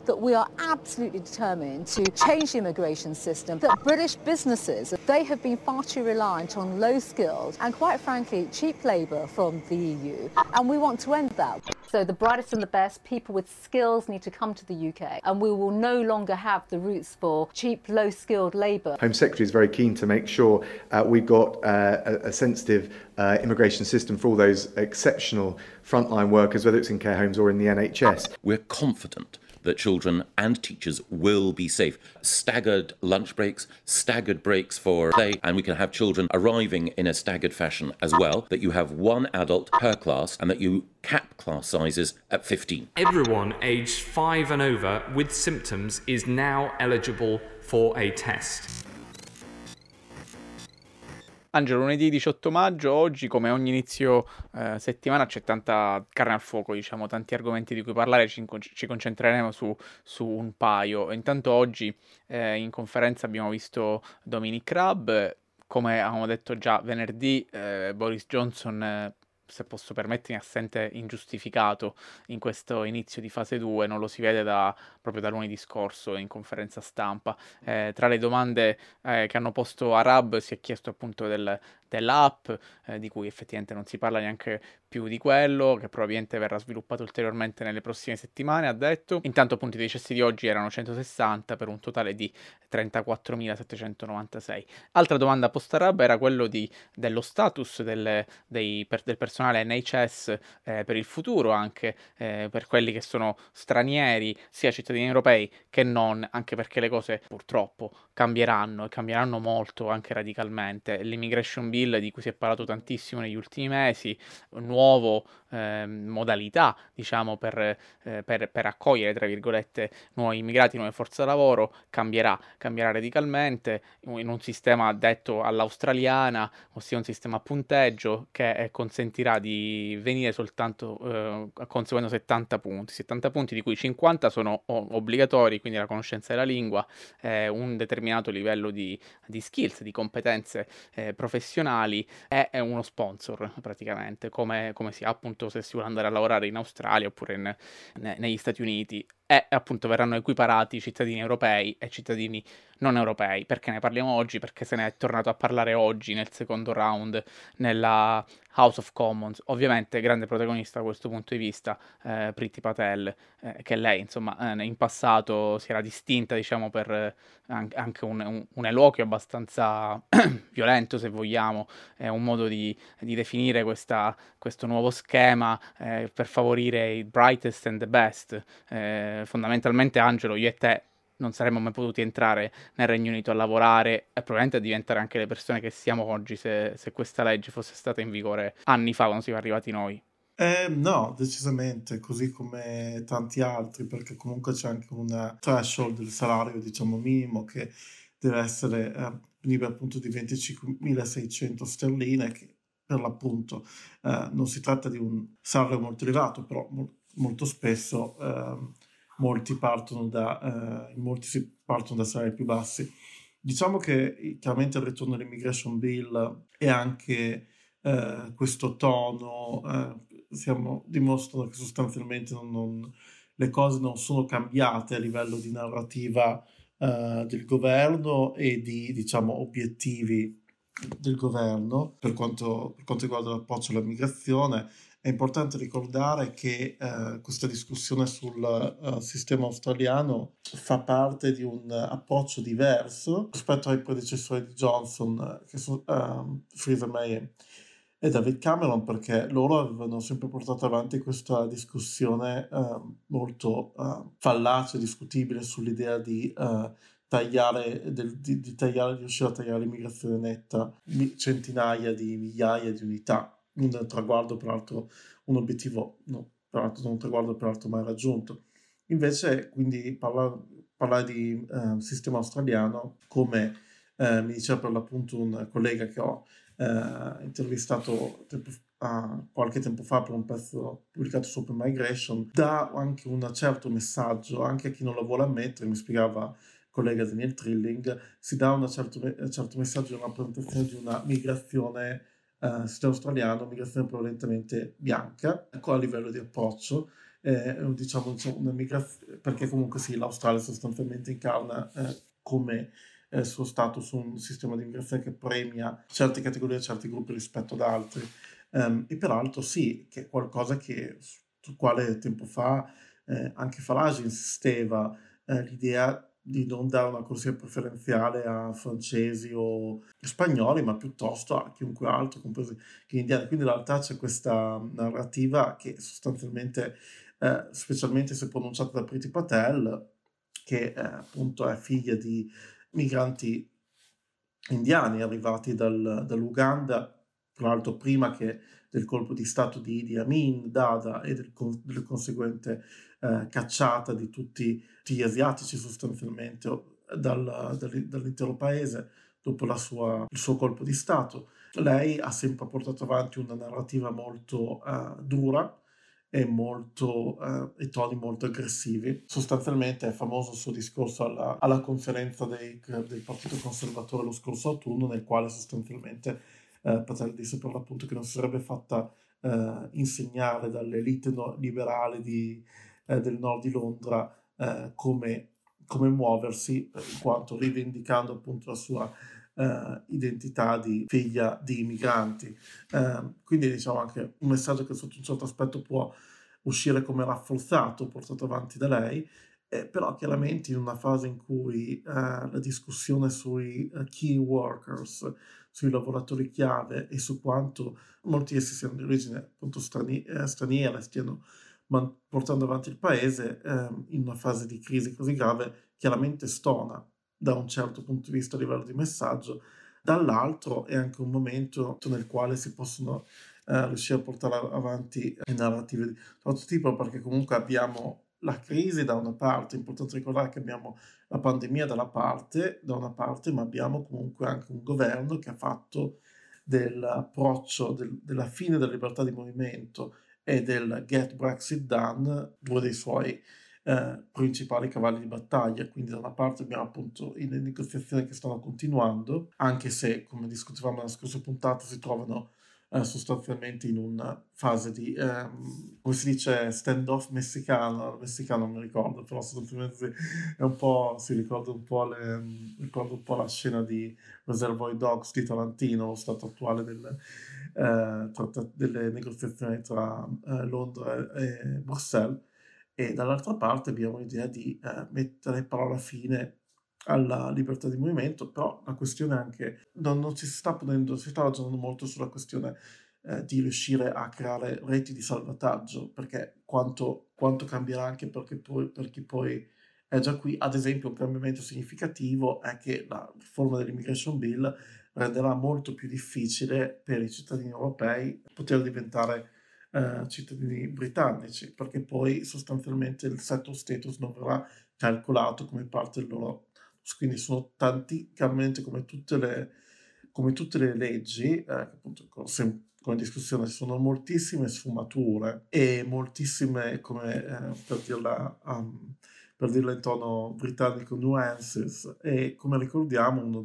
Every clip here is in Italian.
that we are absolutely determined to change the immigration system, that British businesses, they have been far too reliant on low-skilled and, quite frankly, cheap labour from the EU, and we want to end that. So the brightest and the best, people with skills need to come to the UK, and we will no longer have the routes for cheap, low-skilled labour. Home Secretary is very keen to make sure we've got a sensitive immigration system for all those exceptional frontline workers, whether it's in care homes or in the NHS. We're confident that children and teachers will be safe. Staggered lunch breaks, staggered breaks for play, and we can have children arriving in a staggered fashion as well, that you have one adult per class and that you cap class sizes at 15. Everyone aged 5 and over with symptoms is now eligible for a test. Angelo, lunedì 18 maggio, oggi come ogni inizio settimana c'è tanta carne al fuoco, diciamo, tanti argomenti di cui parlare, ci concentreremo su un paio. Intanto oggi in conferenza abbiamo visto Dominic Raab, come avevamo detto già venerdì, Boris Johnson, se posso permettermi, assente ingiustificato in questo inizio di fase 2, non lo si vede proprio da lunedì scorso in conferenza stampa. Tra le domande che hanno posto a Raab si è chiesto appunto dell'app, di cui effettivamente non si parla neanche più di quello, che probabilmente verrà sviluppato ulteriormente nelle prossime settimane, ha detto. Intanto appunto i decessi di oggi erano 160 per un totale di 34.796. Altra domanda posta a Raab era quello dello status del personale NHS per il futuro, anche per quelli che sono stranieri, sia cittadini europei che non, anche perché le cose purtroppo cambieranno e cambieranno molto, anche radicalmente. L'immigration bill, di cui si è parlato tantissimo negli ultimi mesi, nuovo modalità, diciamo, per accogliere, tra virgolette, nuovi immigrati, nuove forze lavoro, cambierà radicalmente in un sistema detto all'australiana, ossia un sistema a punteggio che consentirà di venire soltanto conseguendo 70 punti, di cui 50 sono obbligatori, quindi la conoscenza della lingua, un determinato livello di skills, di competenze professionali e uno sponsor, praticamente, come si ha appunto se si vuole andare a lavorare in Australia oppure negli Stati Uniti. E appunto verranno equiparati cittadini europei e cittadini non europei. Perché ne parliamo oggi? Perché se ne è tornato a parlare oggi nel secondo round nella House of Commons. Ovviamente grande protagonista da questo punto di vista Priti Patel, che lei insomma in passato si era distinta, diciamo, per anche un eloquio abbastanza violento, se vogliamo, un modo di definire questo nuovo schema per favorire i brightest and the best. Fondamentalmente, Angelo, io e te non saremmo mai potuti entrare nel Regno Unito a lavorare e probabilmente a diventare anche le persone che siamo oggi se questa legge fosse stata in vigore anni fa, quando siamo arrivati noi. No, decisamente, così come tanti altri, perché comunque c'è anche una threshold del salario, diciamo, minimo, che deve essere disponibile appunto di 25.600 sterline, che per l'appunto non si tratta di un salario molto elevato, però molto spesso molti si partono da salari più bassi. Diciamo che chiaramente il ritorno all'immigration bill e anche questo tono dimostrano che sostanzialmente le cose non sono cambiate a livello di narrativa del governo e di, diciamo, obiettivi del governo per quanto riguarda l'approccio alla migrazione. È importante ricordare che questa discussione sul sistema australiano fa parte di un approccio diverso rispetto ai predecessori di Johnson, che sono Theresa May e David Cameron, perché loro avevano sempre portato avanti questa discussione molto fallace e discutibile sull'idea di riuscire a tagliare l'immigrazione netta di centinaia di migliaia di unità. Un traguardo, peraltro, un obiettivo, no, peraltro non un traguardo peraltro mai raggiunto. Invece, quindi, parlare di sistema australiano, come mi diceva per l'appunto un collega che ho intervistato qualche tempo fa per un pezzo pubblicato su Open Migration, dà anche un certo messaggio, anche a chi non lo vuole ammettere. Mi spiegava il collega Daniel Trilling, si dà un certo messaggio di una presentazione di una migrazione sistema australiano, migrazione prevalentemente bianca, a livello di approccio, una migrazione, perché comunque sì, l'Australia sostanzialmente incarna come suo status un sistema di immigrazione che premia certe categorie, certi gruppi rispetto ad altri. E peraltro sì, che è qualcosa sul quale tempo fa anche Farage insisteva, l'idea di non dare una corsia preferenziale a francesi o spagnoli, ma piuttosto a chiunque altro, compresi gli indiani. Quindi in realtà c'è questa narrativa che sostanzialmente, specialmente se pronunciata da Priti Patel, che appunto è figlia di migranti indiani arrivati dall'Uganda, tra l'altro prima che del colpo di stato di Idi Amin, Dada e del conseguente cacciata di tutti gli asiatici sostanzialmente dall'intero paese dopo il suo colpo di stato. Lei ha sempre portato avanti una narrativa molto dura e e toni molto aggressivi. Sostanzialmente è famoso il suo discorso alla conferenza del Partito Conservatore lo scorso autunno, nel quale sostanzialmente Patel disse per l'appunto che non si sarebbe fatta insegnare dalle elite liberali del nord di Londra come muoversi, in quanto rivendicando appunto la sua identità di figlia di immigranti. Quindi diciamo anche un messaggio che sotto un certo aspetto può uscire come rafforzato, portato avanti da lei, però chiaramente in una fase in cui la discussione sui key workers, sui lavoratori chiave e su quanto molti essi siano di origine appunto straniera, stiano portando avanti il paese in una fase di crisi così grave, chiaramente stona da un certo punto di vista a livello di messaggio. Dall'altro è anche un momento nel quale si possono riuscire a portare avanti narrative di questo tipo, perché comunque abbiamo la crisi da una parte. È importante ricordare che abbiamo la pandemia da una parte, ma abbiamo comunque anche un governo che ha fatto dell'approccio della fine della libertà di movimento e del Get Brexit Done due dei suoi principali cavalli di battaglia. Quindi da una parte abbiamo appunto le negoziazioni che stanno continuando, anche se, come discutevamo nella scorsa puntata, si trovano sostanzialmente in una fase di, come si dice, standoff messicano non mi ricordo, però sostanzialmente è un po', si ricorda un po' la scena di Reservoir Dogs di Tarantino, lo stato attuale delle negoziazioni tra Londra e Bruxelles. E dall'altra parte abbiamo l'idea di mettere parola fine alla libertà di movimento, però la questione è anche, non si sta ragionando molto sulla questione di riuscire a creare reti di salvataggio, perché quanto cambierà anche per chi poi è già qui. Ad esempio, un cambiamento significativo è che la riforma dell'Immigration Bill renderà molto più difficile per i cittadini europei poter diventare cittadini britannici, perché poi sostanzialmente il settled status non verrà calcolato come parte del loro. Quindi sono tanti cambiamenti come tutte le leggi, che appunto come discussione ci sono moltissime sfumature e moltissime, come per dirla in tono britannico, nuances, e come ricordiamo un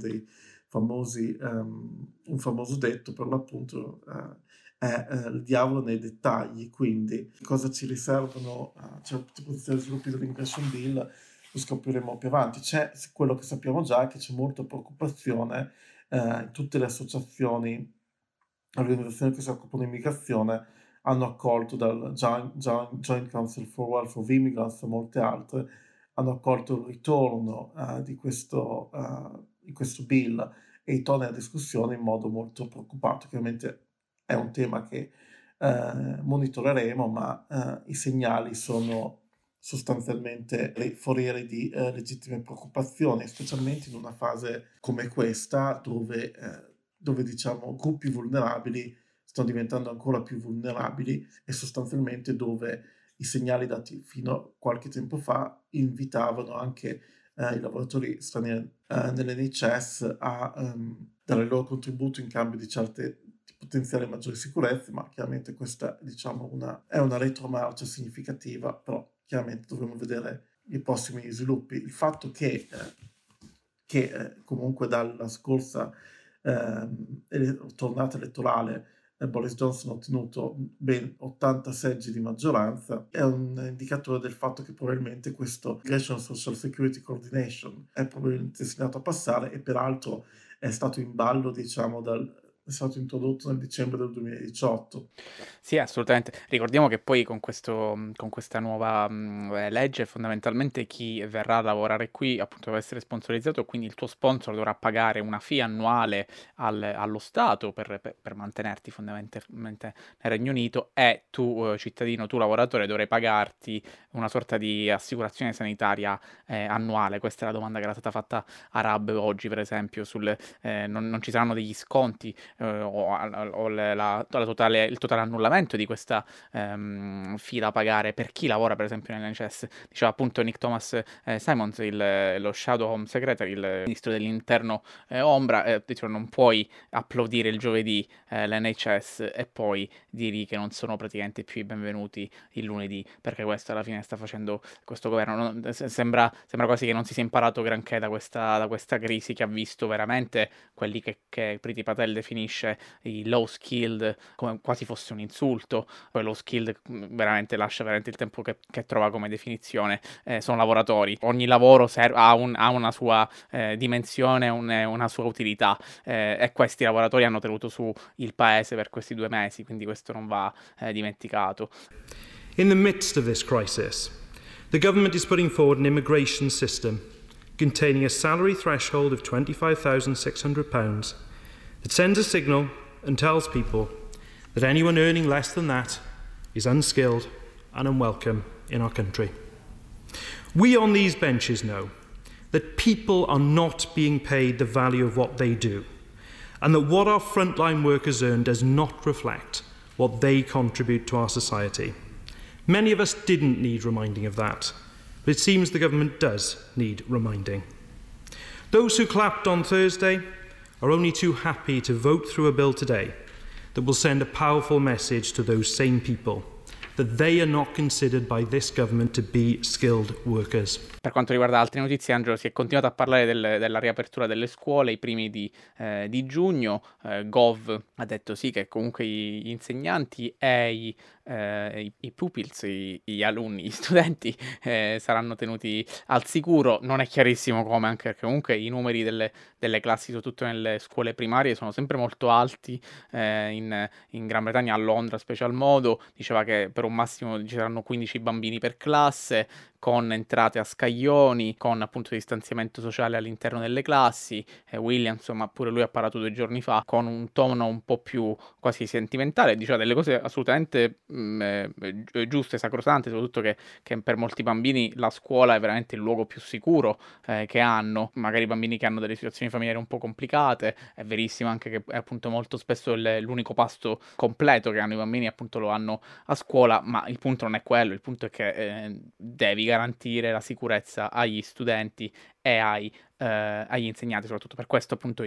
famoso detto per l'appunto è il diavolo nei dettagli. Quindi cosa ci riservano certi potenziali sviluppi dell'Immigration Bill lo scopriremo più avanti. C'è quello che sappiamo già, che c'è molta preoccupazione in tutte le associazioni, organizzazioni che si occupano di immigrazione hanno accolto dal Joint Council for Welfare of Immigrants e molte altre, hanno accolto il ritorno di questo bill e i toni della discussione in modo molto preoccupato. Chiaramente è un tema che monitoreremo, ma i segnali sono sostanzialmente forieri di legittime preoccupazioni, specialmente in una fase come questa dove diciamo gruppi vulnerabili stanno diventando ancora più vulnerabili e sostanzialmente dove i segnali dati fino a qualche tempo fa invitavano anche i lavoratori stranieri nell'NHS a dare il loro contributo in cambio di certe potenziali maggiori sicurezze, ma chiaramente questa diciamo è una retromarcia significativa, però chiaramente dovremo vedere i prossimi sviluppi. Il fatto che comunque dalla scorsa tornata elettorale Boris Johnson ha ottenuto ben 80 seggi di maggioranza, è un indicatore del fatto che probabilmente questo Migration Social Security Coordination è probabilmente destinato a passare, e peraltro è stato in ballo, diciamo, è stato introdotto nel dicembre del 2018. Sì, assolutamente. Ricordiamo che poi con questa nuova legge, fondamentalmente chi verrà a lavorare qui appunto deve essere sponsorizzato, quindi il tuo sponsor dovrà pagare una fee annuale allo Stato per mantenerti fondamentalmente nel Regno Unito, e tu cittadino, tu lavoratore, dovrai pagarti una sorta di assicurazione sanitaria annuale. Questa è la domanda che era stata fatta a Rab oggi, per esempio, non ci saranno degli sconti o il totale annullamento di questa fee da pagare per chi lavora per esempio nell'NHS. Diceva appunto Nick Thomas Simons, lo Shadow Home Secretary, il ministro dell'interno ombra, diceva non puoi applaudire il giovedì l'NHS e poi dirgli che non sono praticamente più i benvenuti il lunedì, perché questo alla fine sta facendo questo governo. Sembra quasi che non si sia imparato granché da questa crisi, che ha visto veramente quelli che Priti Patel definisce i low skilled come quasi fosse un insulto. Poi low skilled veramente lascia veramente il tempo che trova come definizione. Sono lavoratori, ogni lavoro ha una sua dimensione, una sua utilità, e questi lavoratori hanno tenuto su il paese per questi 2 mesi, quindi questo non va dimenticato. In the midst of this crisis, the government is putting forward an immigration system containing a salary threshold of £25,600 that sends a signal and tells people that anyone earning less than that is unskilled and unwelcome in our country. We on these benches know that people are not being paid the value of what they do, and that what our frontline workers earn does not reflect what they contribute to our society. Many of us didn't need reminding of that, but it seems the government does need reminding. Those who clapped on Thursday are only too happy to vote through a bill today that will send a powerful message to those same people that they are not considered by this government to be skilled workers. Per quanto riguarda altre notizie, Angelo, si è continuato a parlare della riapertura delle scuole i primi di giugno. Gov ha detto sì, che comunque gli insegnanti e i pupils, gli alunni, gli studenti saranno tenuti al sicuro. Non è chiarissimo come, anche perché comunque i numeri delle classi, soprattutto nelle scuole primarie, sono sempre molto alti. In Gran Bretagna, a Londra special modo, diceva che per un massimo ci saranno 15 bambini per classe, con entrate a scaglioni, con appunto distanziamento sociale all'interno delle classi. William, insomma, pure lui ha parlato 2 giorni fa con un tono un po' più quasi sentimentale, diceva delle cose assolutamente giuste, sacrosante, soprattutto che per molti bambini la scuola è veramente il luogo più sicuro che hanno, magari bambini che hanno delle situazioni familiari un po' complicate. È verissimo anche che appunto molto spesso l'unico pasto completo che hanno i bambini appunto lo hanno a scuola, ma il punto non è quello, il punto è che devi garantire la sicurezza agli studenti e agli insegnanti. Soprattutto per questo appunto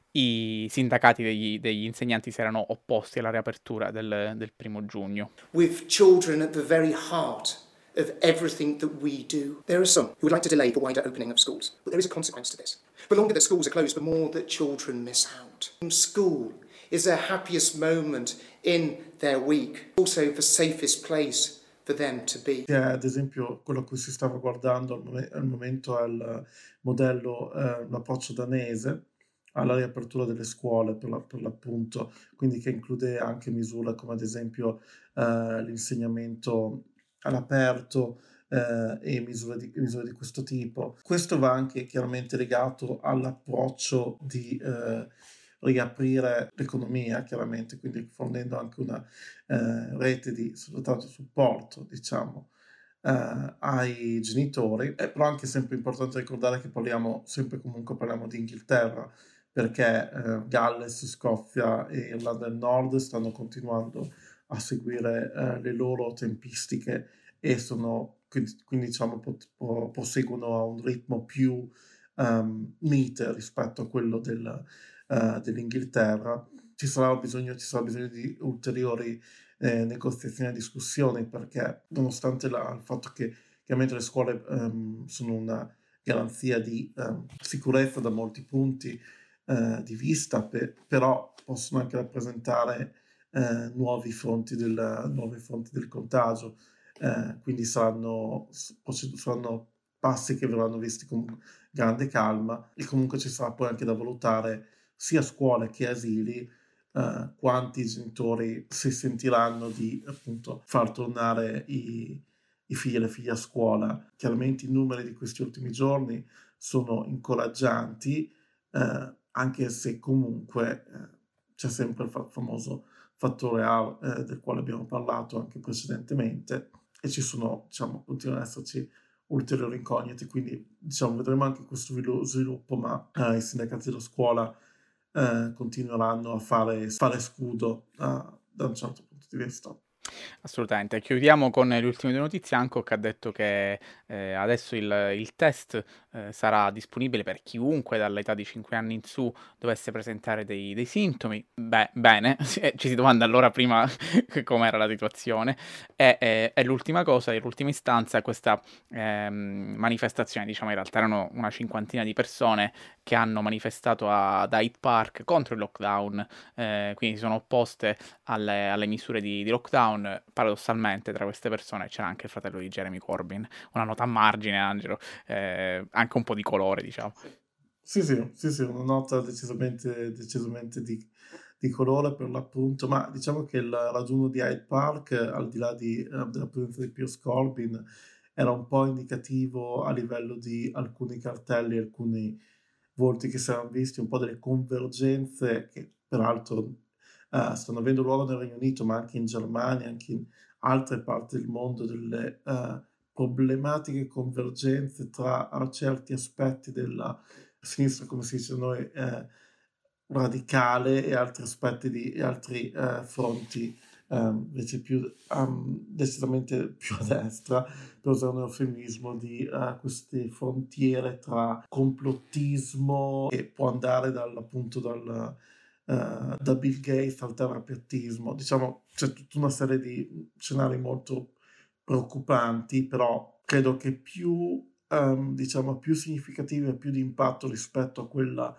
i sindacati degli insegnanti si erano opposti alla riapertura del 1° giugno. With children at the very heart of everything that we do. There are some who would like to delay the wider opening of schools, but there is a consequence to this. The longer that schools are closed, the more that children miss out. School is their happiest moment in their week, also the safest place for them to be. Ad esempio, quello a cui si stava guardando al momento è il modello, l'approccio danese alla riapertura delle scuole per l'appunto, quindi che include anche misure come ad esempio l'insegnamento all'aperto e misure di questo tipo. Questo va anche chiaramente legato all'approccio di riaprire l'economia, chiaramente, quindi fornendo anche una rete di supporto, diciamo, ai genitori. È però anche sempre importante ricordare che parliamo di Inghilterra, perché Galles, Scozia e Irlanda del Nord stanno continuando a seguire le loro tempistiche e quindi diciamo proseguono a un ritmo più mite rispetto a quello dell'Inghilterra. Ci sarà bisogno di ulteriori negoziazioni e discussioni, perché nonostante il fatto che chiaramente le scuole sono una garanzia di sicurezza da molti punti di vista, però possono anche rappresentare nuovi fronti del contagio, quindi saranno passi che verranno visti con grande calma, e comunque ci sarà poi anche da valutare sia scuole che asili quanti genitori si sentiranno di appunto far tornare i figli e le figlie a scuola. Chiaramente i numeri di questi ultimi giorni sono incoraggianti, anche se comunque c'è sempre il famoso fattore A del quale abbiamo parlato anche precedentemente, e ci sono, continuano ad esserci ulteriori incognite, quindi vedremo anche questo sviluppo, ma i sindacati della scuola continueranno a fare scudo da un certo punto di vista. Assolutamente. Chiudiamo con le ultime 2 notizie. Hancock ha detto che adesso il test sarà disponibile per chiunque dall'età di 5 anni in su dovesse presentare dei sintomi. Bene, ci si domanda allora prima com'era la situazione. E l'ultima cosa, in ultima istanza, questa manifestazione, diciamo in realtà erano una cinquantina di persone che hanno manifestato ad Hyde Park contro il lockdown, quindi si sono opposte alle misure di lockdown. Paradossalmente tra queste persone c'era anche il fratello di Jeremy Corbyn. Una nota a margine, Angelo, anche un po' di colore, diciamo. Sì, una nota decisamente di colore per l'appunto, ma diciamo che il raduno di Hyde Park, al di là della presenza di Piers Corbyn, era un po' indicativo a livello di alcuni cartelli, alcuni volti che si erano visti, un po' delle convergenze che peraltro stanno avendo luogo nel Regno Unito, ma anche in Germania, anche in altre parti del mondo, delle problematiche convergenze tra certi aspetti della sinistra, come si dice da noi, radicale, e altri aspetti e altri fronti invece decisamente più a destra, per usare un eufemismo, di queste frontiere tra complottismo, che può andare da Bill Gates al terapeutismo. Diciamo, c'è tutta una serie di scenari molto preoccupanti, però credo che più significativi e più di impatto rispetto a quella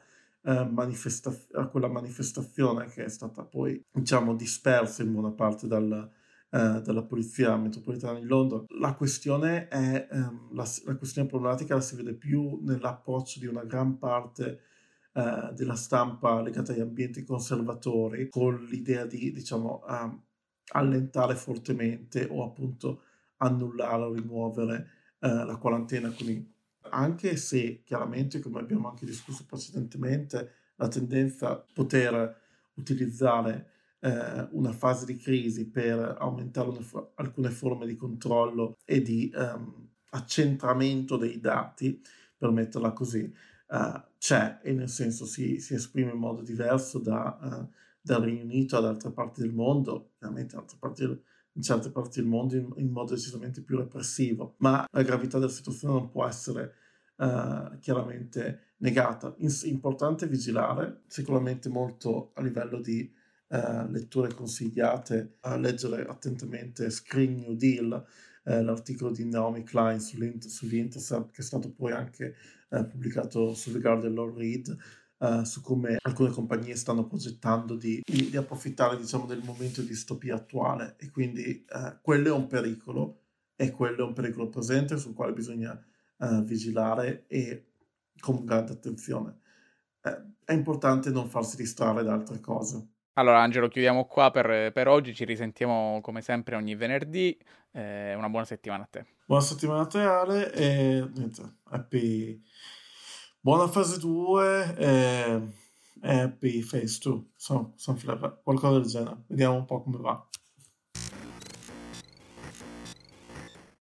manifestazione che è stata poi dispersa in buona parte dalla polizia metropolitana di Londra. La questione è la questione problematica la si vede più nell'approccio di una gran parte della stampa legata agli ambienti conservatori, con l'idea di allentare fortemente o appunto annullare o rimuovere la quarantena. Quindi, anche se chiaramente, come abbiamo anche discusso precedentemente, la tendenza a poter utilizzare una fase di crisi per aumentare alcune forme di controllo e di accentramento dei dati, per metterla così, c'è, e nel senso si esprime in modo diverso dal Regno Unito ad altre parti del mondo, chiaramente in certe parti del mondo in modo decisamente più repressivo, ma la gravità della situazione non può essere chiaramente negata. Importante vigilare, sicuramente molto a livello di letture consigliate, a leggere attentamente Green New Deal, l'articolo di Naomi Klein sull'Intercept, che è stato poi anche pubblicato su The Guardian Law Read, su come alcune compagnie stanno progettando di approfittare del momento di distopia attuale, e quindi quello è un pericolo, e quello è un pericolo presente sul quale bisogna vigilare e con grande attenzione. È importante non farsi distrarre da altre cose. Allora Angelo, chiudiamo qua per oggi, ci risentiamo come sempre ogni venerdì, una buona settimana a te. Buona settimana a te, Ale, e niente, buona fase 2 e happy phase 2, qualcosa del genere, vediamo un po' come va.